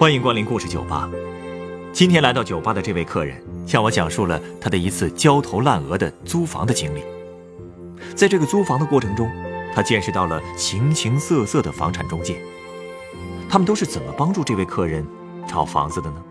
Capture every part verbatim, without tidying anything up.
欢迎光临故事酒吧。今天来到酒吧的这位客人向我讲述了他的一次焦头烂额的租房的经历。在这个租房的过程中，他见识到了形形色色的房产中介，他们都是怎么帮助这位客人找房子的呢？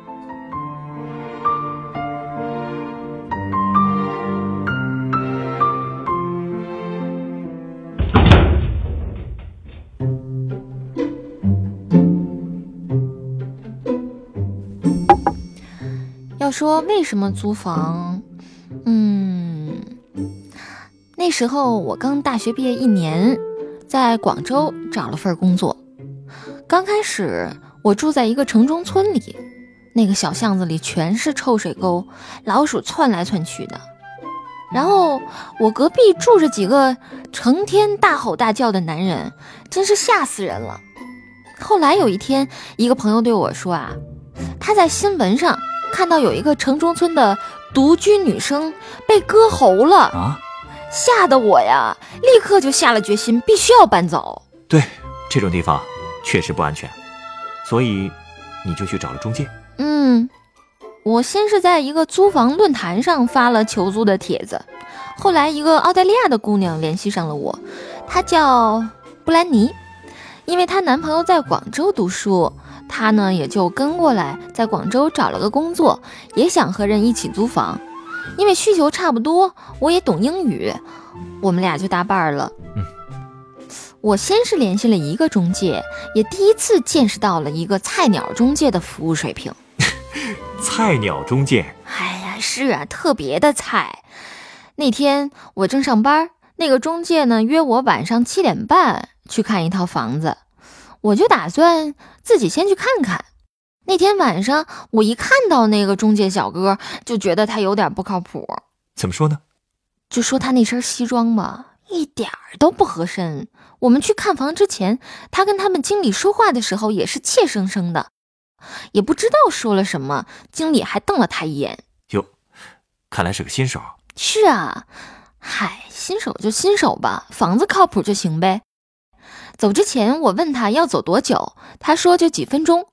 要说为什么租房，嗯，那时候我刚大学毕业一年，在广州找了份工作。刚开始我住在一个城中村里，那个小巷子里全是臭水沟，老鼠窜来窜去的。然后我隔壁住着几个成天大吼大叫的男人，真是吓死人了。后来有一天，一个朋友对我说啊，他在新闻上看到有一个城中村的独居女生被割喉了啊！吓得我呀，立刻就下了决心，必须要搬走。 对，这种地方确实不安全，所以你就去找了中介。 嗯，我先是在一个租房论坛上发了求租的帖子，后来一个澳大利亚的姑娘联系上了我，她叫布兰妮，因为她男朋友在广州读书，她呢也就跟过来，在广州找了个工作，也想和人一起租房。因为需求差不多，我也懂英语，我们俩就搭伴了。 嗯， 我先是联系了一个中介，也第一次见识到了一个菜鸟中介的服务水平。 菜鸟中介？ 哎呀，是啊，特别的菜。那天我正上班，那个中介呢约我晚上七点半去看一套房子，我就打算自己先去看看。那天晚上我一看到那个中介小哥，就觉得他有点不靠谱。 怎么说呢？ 就说他那身西装吧，一点儿都不合身。我们去看房之前，他跟他们经理说话的时候也是怯生生的，也不知道说了什么，经理还瞪了他一眼。 哟，看来是个新手。 是啊，嗨，新手就新手吧，房子靠谱就行呗。走之前我问他要走多久，他说就几分钟。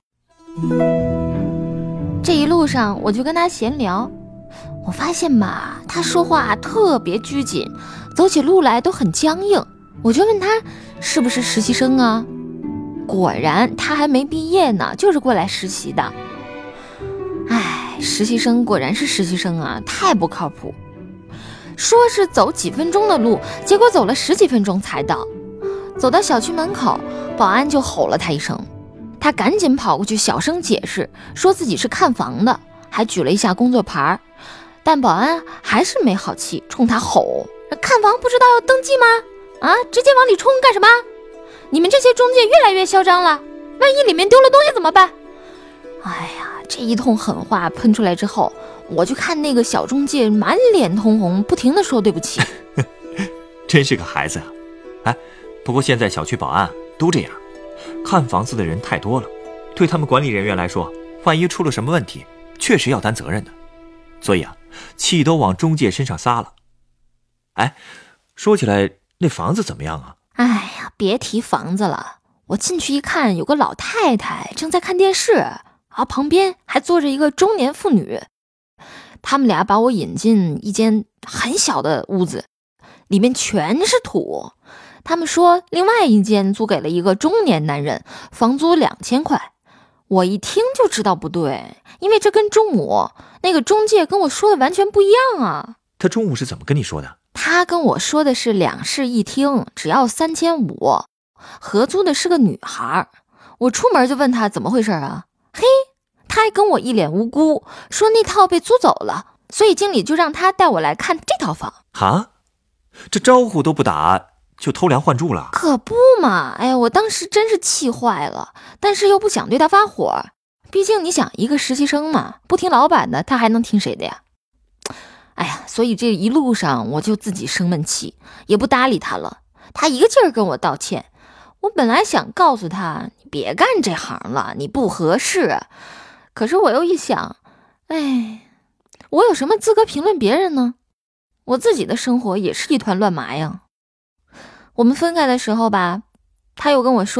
这一路上我就跟他闲聊，我发现吧，他说话特别拘谨，走起路来都很僵硬。我就问他是不是实习生啊？果然他还没毕业呢，就是过来实习的。哎，实习生果然是实习生啊，太不靠谱。说是走几分钟的路，结果走了十几分钟才到。走到小区门口，保安就吼了他一声，他赶紧跑过去小声解释，说自己是看房的，还举了一下工作牌。但保安还是没好气，冲他吼，看房不知道要登记吗？啊，直接往里冲干什么？你们这些中介越来越嚣张了，万一里面丢了东西怎么办？哎呀，这一通狠话喷出来之后，我就看那个小中介满脸通红，不停地说对不起。 真是个孩子啊！哎，不过现在小区保安都这样，看房子的人太多了，对他们管理人员来说，万一出了什么问题，确实要担责任的。所以啊，气都往中介身上撒了。哎，说起来，那房子怎么样啊？ 哎呀，别提房子了，我进去一看，有个老太太正在看电视，啊，旁边还坐着一个中年妇女。他们俩把我引进一间很小的屋子，里面全是土。他们说另外一间租给了一个中年男人，房租两千块。我一听就知道不对，因为这跟中午那个中介跟我说的完全不一样啊。 他中午是怎么跟你说的？ 他跟我说的是两室一厅，只要三千五，合租的是个女孩。我出门就问他怎么回事啊？嘿，他还跟我一脸无辜，说那套被租走了，所以经理就让他带我来看这套房。 啊，这招呼都不打就偷梁换柱了？ 可不嘛！哎呀，我当时真是气坏了，但是又不想对他发火，毕竟你想，一个实习生嘛，不听老板的，他还能听谁的呀？哎呀，所以这一路上我就自己生闷气，也不搭理他了。他一个劲儿跟我道歉，我本来想告诉他，你别干这行了，你不合适。可是我又一想，哎，我有什么资格评论别人呢？我自己的生活也是一团乱麻呀。我们分开的时候吧，他又跟我说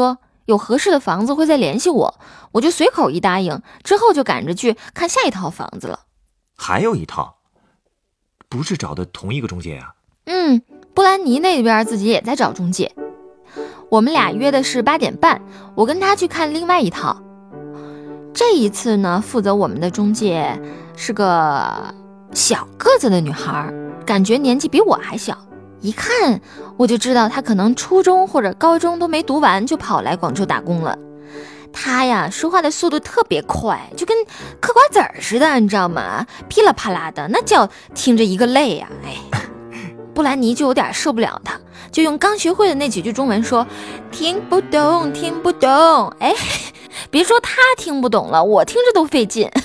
有合适的房子会再联系我，我就随口一答应，之后就赶着去看下一套房子了。 还有一套，不是找的同一个中介啊？ 嗯，布兰妮那边自己也在找中介。我们俩约的是八点半，我跟他去看另外一套。这一次呢，负责我们的中介是个小个子的女孩，感觉年纪比我还小，一看我就知道她可能初中或者高中都没读完就跑来广州打工了。她呀，说话的速度特别快，就跟嗑瓜子儿似的，你知道吗？噼里啪啦的，那叫听着一个累呀、啊！哎，布兰妮就有点受不了她，就用刚学会的那几句中文说：“听不懂，听不懂。”哎，别说她听不懂了，我听着都费劲。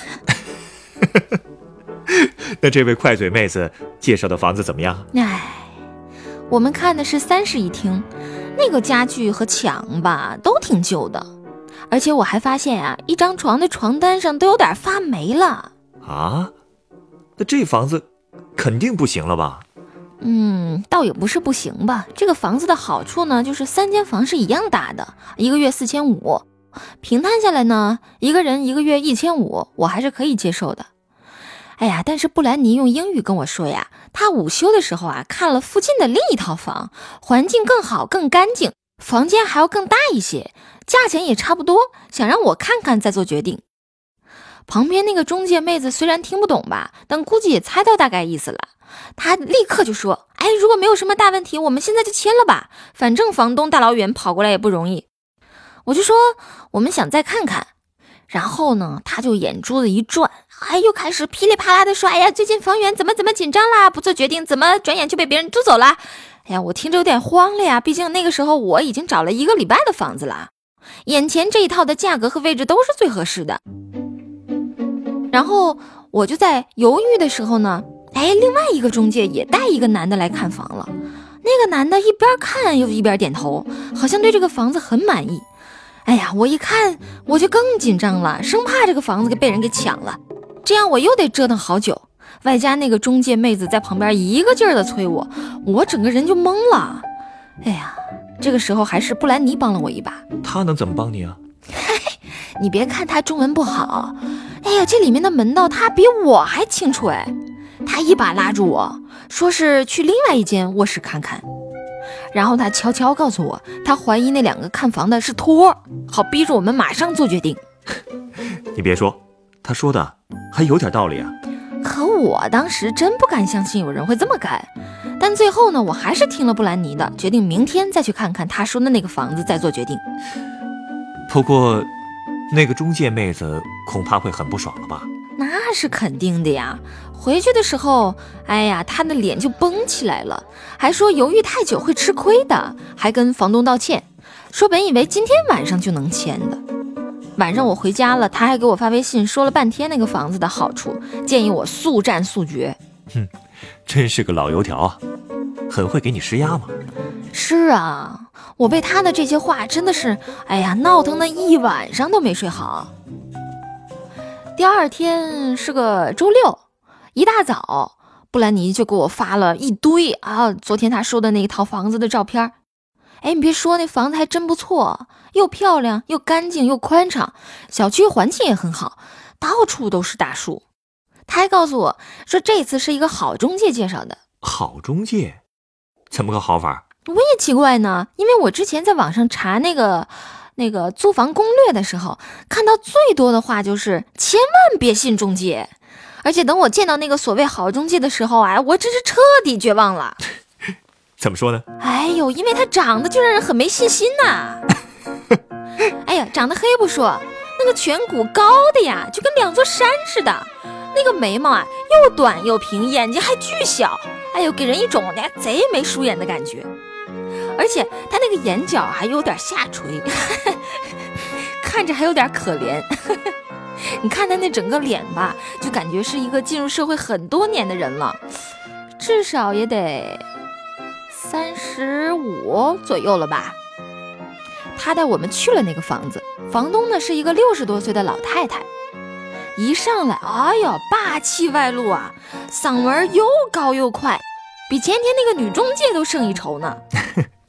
那这位快嘴妹子介绍的房子怎么样？ 哎，我们看的是三室一厅，那个家具和墙吧都挺旧的，而且我还发现啊，一张床的床单上都有点发霉了。 啊？那这房子肯定不行了吧？ 嗯，倒也不是不行吧。这个房子的好处呢，就是三间房是一样大的，一个月四千五，平摊下来呢，一个人一个月一千五，我还是可以接受的。哎呀，但是布兰妮用英语跟我说呀，她午休的时候啊，看了附近的另一套房，环境更好更干净，房间还要更大一些，价钱也差不多，想让我看看再做决定。旁边那个中介妹子虽然听不懂吧，但估计也猜到大概意思了。她立刻就说：“哎，如果没有什么大问题，我们现在就签了吧，反正房东大老远跑过来也不容易。”我就说我们想再看看。然后呢，他就眼珠子一转，哎，又开始噼里啪啦的说：“哎呀，最近房源怎么怎么紧张啦，不做决定，怎么转眼就被别人租走了？”哎呀，我听着有点慌了呀，毕竟那个时候我已经找了一个礼拜的房子了，眼前这一套的价格和位置都是最合适的。然后我就在犹豫的时候呢，哎，另外一个中介也带一个男的来看房了。那个男的一边看又一边点头，好像对这个房子很满意。哎呀，我一看我就更紧张了，生怕这个房子给被人给抢了，这样我又得折腾好久，外加那个中介妹子在旁边一个劲儿的催我，我整个人就懵了。哎呀，这个时候还是布兰妮帮了我一把。 她能怎么帮你啊？ 你别看她中文不好，哎呀，这里面的门道她比我还清楚哎。她一把拉住我，说是去另外一间卧室看看。然后他悄悄告诉我，他怀疑那两个看房的是托，好逼着我们马上做决定。 你别说，他说的还有点道理啊。 可我当时真不敢相信有人会这么干，但最后呢，我还是听了布兰妮的，决定明天再去看看他说的那个房子再做决定。 不过那个中介妹子恐怕会很不爽了吧？ 那是肯定的呀，回去的时候，哎呀，他的脸就绷起来了，还说犹豫太久会吃亏的，还跟房东道歉，说本以为今天晚上就能签的。晚上我回家了，他还给我发微信说了半天那个房子的好处，建议我速战速决。 哼，真是个老油条啊，很会给你施压嘛。 是啊，我被他的这些话真的是，哎呀，闹腾的一晚上都没睡好。第二天是个周六，一大早，布兰妮就给我发了一堆啊，昨天他说的那一套房子的照片。哎，你别说，那房子还真不错，又漂亮又干净又宽敞，小区环境也很好，到处都是大树。他还告诉我说，这次是一个好中介介绍的。 好中介？怎么个好法？ 我也奇怪呢，因为我之前在网上查那个那个租房攻略的时候，看到最多的话就是千万别信中介，而且等我见到那个所谓好中介的时候，哎，我真是彻底绝望了。 怎么说呢？ 哎呦，因为他长得就让人很没信心呐、啊。哎呀，长得黑不说，那个颧骨高的呀，就跟两座山似的，那个眉毛啊又短又平，眼睛还巨小，哎呦，给人一种那贼眉鼠眼的感觉。而且他那个眼角还有点下垂，看着还有点可怜。你看他那整个脸吧，就感觉是一个进入社会很多年的人了，至少也得三十五左右了吧。他带我们去了那个房子，房东呢是一个六十多岁的老太太，一上来，哎呀，霸气外露啊，嗓门又高又快，比前天那个女中介都胜一筹呢。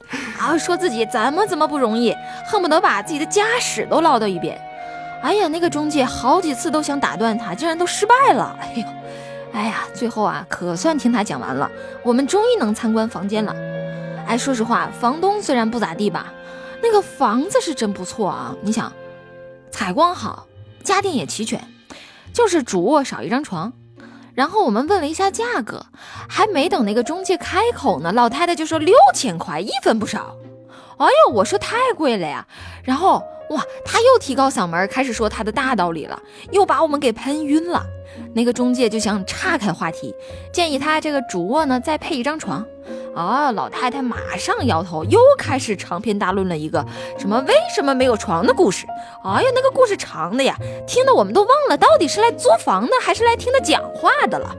啊，说自己怎么怎么不容易，恨不得把自己的家史都唠叨一遍。哎呀，那个中介好几次都想打断他，竟然都失败了。哎呦，哎呀，最后啊，可算听他讲完了，我们终于能参观房间了。哎，说实话，房东虽然不咋地吧，那个房子是真不错啊。你想，采光好，家电也齐全，就是主卧少一张床。然后我们问了一下价格，还没等那个中介开口呢，老太太就说六千块，一分不少。哎呦，我说太贵了呀。然后哇，他又提高嗓门开始说他的大道理了，又把我们给喷晕了。那个中介就想岔开话题，建议他这个主卧呢再配一张床。啊，老太太马上摇头，又开始长篇大论了一个什么为什么没有床的故事。哎呀，那个故事长的呀，听得我们都忘了到底是来租房的还是来听他讲话的了。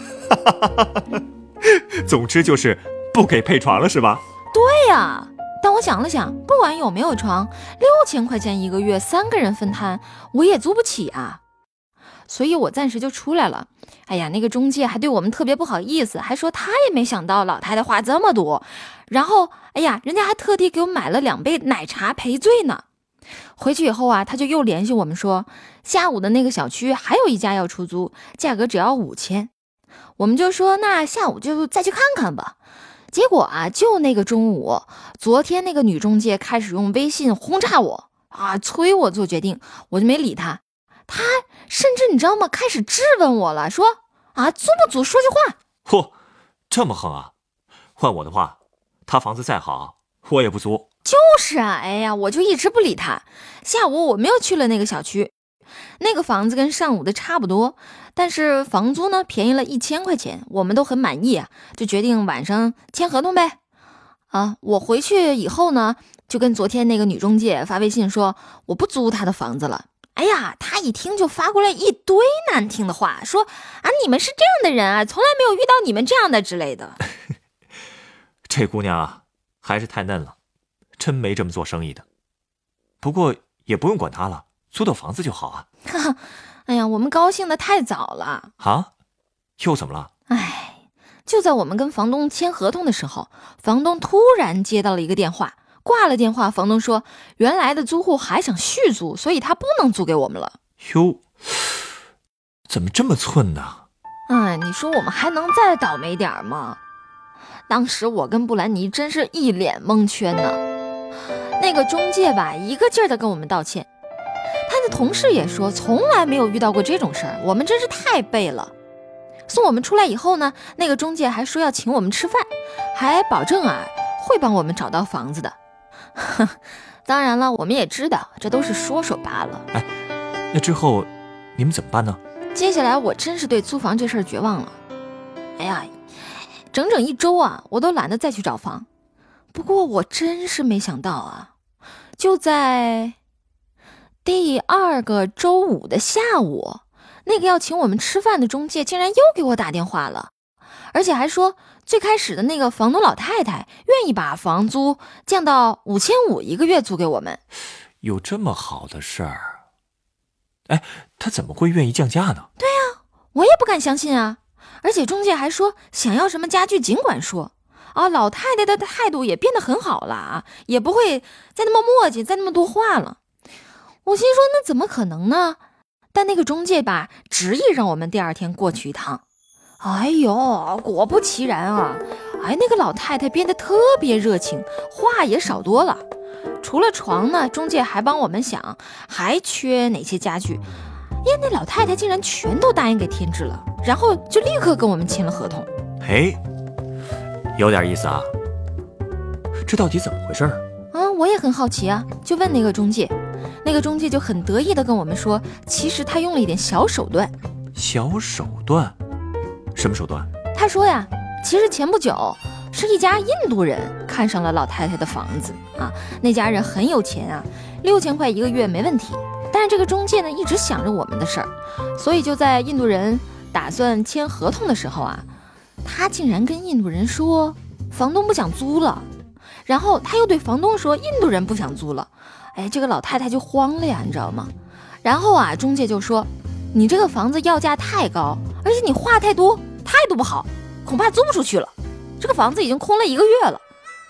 总之就是不给配床了是吧？ 对呀，但我想了想，不管有没有床，六千块钱一个月，三个人分摊，我也租不起啊。所以我暂时就出来了。哎呀，那个中介还对我们特别不好意思，还说他也没想到老太太话这么多。然后，哎呀，人家还特地给我买了两杯奶茶赔罪呢。回去以后啊，他就又联系我们说，下午的那个小区还有一家要出租，价格只要五千。我们就说那下午就再去看看吧。结果啊，就那个中午，昨天那个女中介开始用微信轰炸我啊，催我做决定，我就没理他。他甚至你知道吗，开始质问我了，说啊，租不租，说句话。 嚯，这么横啊！换我的话，他房子再好我也不租。 就是啊，哎呀，我就一直不理他。下午我们又去了那个小区，那个房子跟上午的差不多，但是房租呢便宜了一千块钱，我们都很满意啊，就决定晚上签合同呗。啊，我回去以后呢，就跟昨天那个女中介发微信说我不租她的房子了。哎呀，他一听就发过来一堆难听的话，说啊，你们是这样的人啊，从来没有遇到你们这样的之类的。 这姑娘啊，还是太嫩了，真没这么做生意的。不过也不用管她了，租到房子就好啊。 哈哈，哎呀，我们高兴的太早了。 啊？又怎么了？ 哎，就在我们跟房东签合同的时候，房东突然接到了一个电话。挂了电话，房东说原来的租户还想续租，所以他不能租给我们了。 哟，怎么这么寸呢？ 哎，你说我们还能再倒霉点吗？当时我跟布兰妮真是一脸蒙圈呢。那个中介吧，一个劲儿的跟我们道歉，他的同事也说从来没有遇到过这种事儿，我们真是太背了。送我们出来以后呢，那个中介还说要请我们吃饭，还保证啊会帮我们找到房子的。当然了，我们也知道这都是说说罢了。 哎，那之后你们怎么办呢？ 接下来我真是对租房这事儿绝望了。哎呀，整整一周啊，我都懒得再去找房。不过我真是没想到啊，就在第二个周五的下午，那个要请我们吃饭的中介竟然又给我打电话了，而且还说最开始的那个房东老太太愿意把房租降到五千五一个月租给我们。 有这么好的事儿？哎，他怎么会愿意降价呢？ 对啊，我也不敢相信啊。而且中介还说想要什么家具尽管说啊，老太太的态度也变得很好了啊，也不会再那么磨叽，再那么多话了。我心说那怎么可能呢？但那个中介吧，执意让我们第二天过去一趟。哎呦，果不其然啊！哎，那个老太太变得特别热情，话也少多了。除了床呢，中介还帮我们想还缺哪些家具。呀，那老太太竟然全都答应给添置了，然后就立刻跟我们签了合同。 哎，有点意思啊。这到底怎么回事？ 啊，我也很好奇啊，就问那个中介，那个中介就很得意的跟我们说，其实他用了一点小手段。 小手段？什么手段？ 他说呀，其实前不久是一家印度人看上了老太太的房子啊，那家人很有钱啊，六千块一个月没问题。但是这个中介呢，一直想着我们的事儿，所以就在印度人打算签合同的时候啊，他竟然跟印度人说房东不想租了，然后他又对房东说印度人不想租了。哎，这个老太太就慌了呀，你知道吗？然后啊，中介就说你这个房子要价太高，而且你话太多，态度不好，恐怕租不出去了。这个房子已经空了一个月了，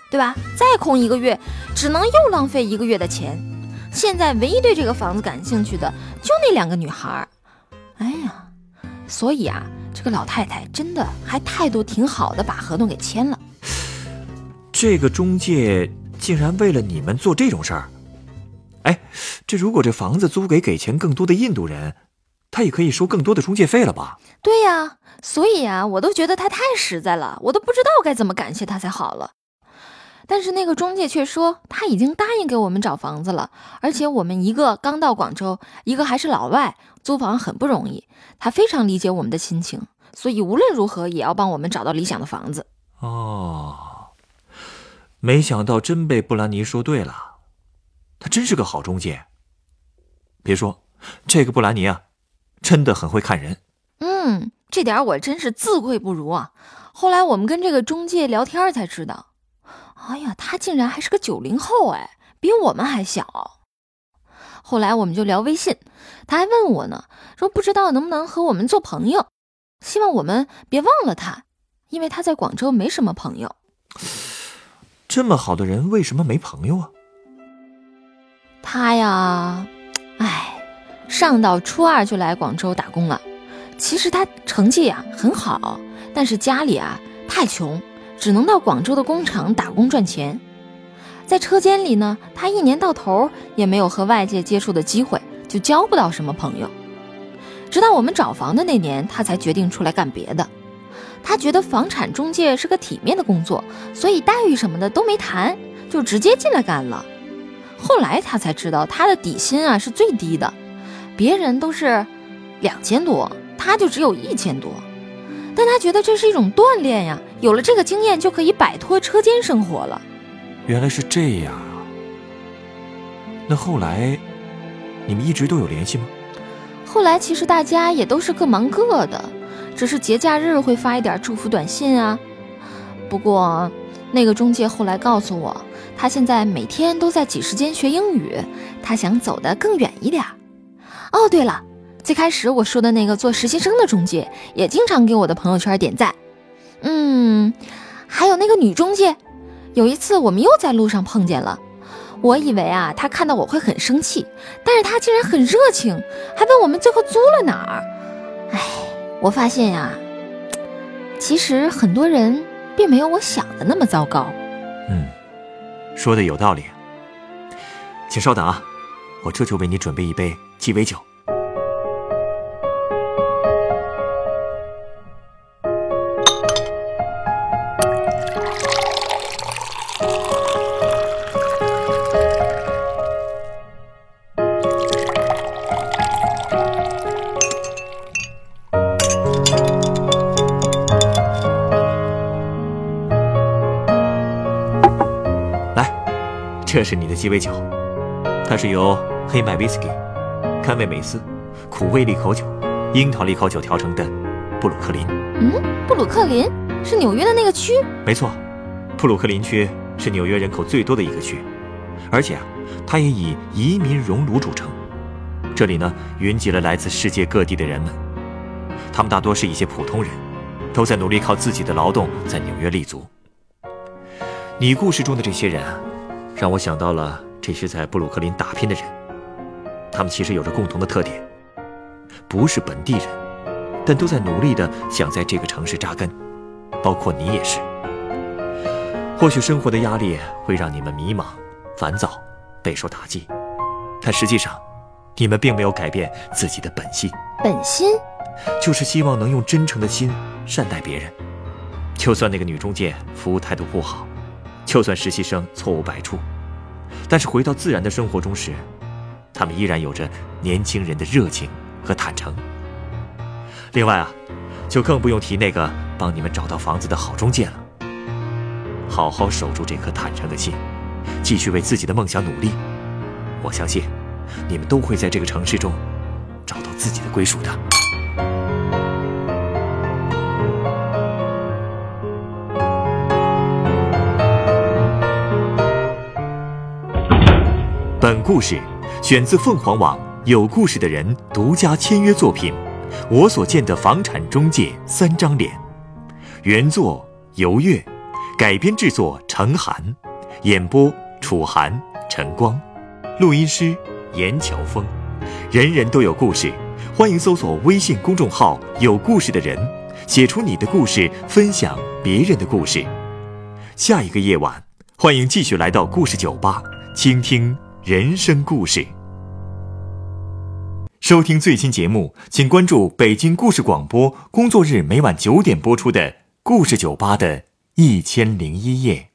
对吧？再空一个月，只能又浪费一个月的钱。现在唯一对这个房子感兴趣的就那两个女孩。哎呀，所以啊，这个老太太真的还态度挺好的，把合同给签了。 这个中介竟然为了你们做这种事儿。哎，这如果这房子租给给钱更多的印度人，他也可以收更多的中介费了吧？ 对呀，所以啊，我都觉得他太实在了，我都不知道该怎么感谢他才好了。但是那个中介却说他已经答应给我们找房子了，而且我们一个刚到广州，一个还是老外，租房很不容易，他非常理解我们的心情，所以无论如何也要帮我们找到理想的房子。 哦，没想到真被布兰妮说对了，他真是个好中介。别说，这个布兰妮啊，真的很会看人。 嗯，这点我真是自愧不如啊。后来我们跟这个中介聊天才知道，哎呀，他竟然还是个九零后，哎，比我们还小。后来我们就聊微信，他还问我呢，说不知道能不能和我们做朋友，希望我们别忘了他，因为他在广州没什么朋友。 这么好的人为什么没朋友啊？ 他呀，哎，上到初二就来广州打工了。其实他成绩呀很好，但是家里啊太穷，只能到广州的工厂打工赚钱。在车间里呢，他一年到头也没有和外界接触的机会，就交不到什么朋友。直到我们找房的那年，他才决定出来干别的。他觉得房产中介是个体面的工作，所以待遇什么的都没谈，就直接进来干了。后来他才知道，他的底薪啊是最低的，别人都是两千多，他就只有一千多。但他觉得这是一种锻炼呀，有了这个经验就可以摆脱车间生活了。 原来是这样啊。那后来你们一直都有联系吗？ 后来其实大家也都是各忙各的，只是节假日会发一点祝福短信啊。不过那个中介后来告诉我，他现在每天都在挤时间学英语，他想走得更远一点。哦，对了，最开始我说的那个做实习生的中介也经常给我的朋友圈点赞。嗯，还有那个女中介，有一次我们又在路上碰见了，我以为啊她看到我会很生气，但是她竟然很热情，还问我们最后租了哪儿。哎，我发现呀，其实很多人并没有我想的那么糟糕。 嗯，说的有道理。请稍等啊，我这就为你准备一杯鸡尾酒。这是你的鸡尾酒，它是由黑麦威士忌、甘味美思、苦味利口酒、樱桃利口酒调成的布鲁克林。 嗯，布鲁克林是纽约的那个区？ 没错，布鲁克林区是纽约人口最多的一个区，而且啊，它也以移民熔炉著称。这里呢，云集了来自世界各地的人们，他们大多是一些普通人，都在努力靠自己的劳动在纽约立足。你故事中的这些人啊，让我想到了这些在布鲁克林打拼的人，他们其实有着共同的特点，不是本地人，但都在努力地想在这个城市扎根，包括你也是。或许生活的压力会让你们迷茫、烦躁、备受打击，但实际上，你们并没有改变自己的本心。 本心？ 就是希望能用真诚的心善待别人。就算那个女中介服务态度不好，就算实习生错误百出，但是回到自然的生活中时，他们依然有着年轻人的热情和坦诚。另外啊，就更不用提那个帮你们找到房子的好中介了。好好守住这颗坦诚的心，继续为自己的梦想努力。我相信，你们都会在这个城市中找到自己的归属的。本故事选自凤凰网有故事的人独家签约作品《我所见的房产中介三张脸》，原作游月， 改编制作程涵，演播楚涵、陈光，录音师严乔峰。人人都有故事，欢迎搜索微信公众号有故事的人，写出你的故事，分享别人的故事。下一个夜晚，欢迎继续来到故事酒吧，倾听人生故事。收听最新节目，请关注北京故事广播，工作日每晚九点播出的故事酒吧的一千零一夜。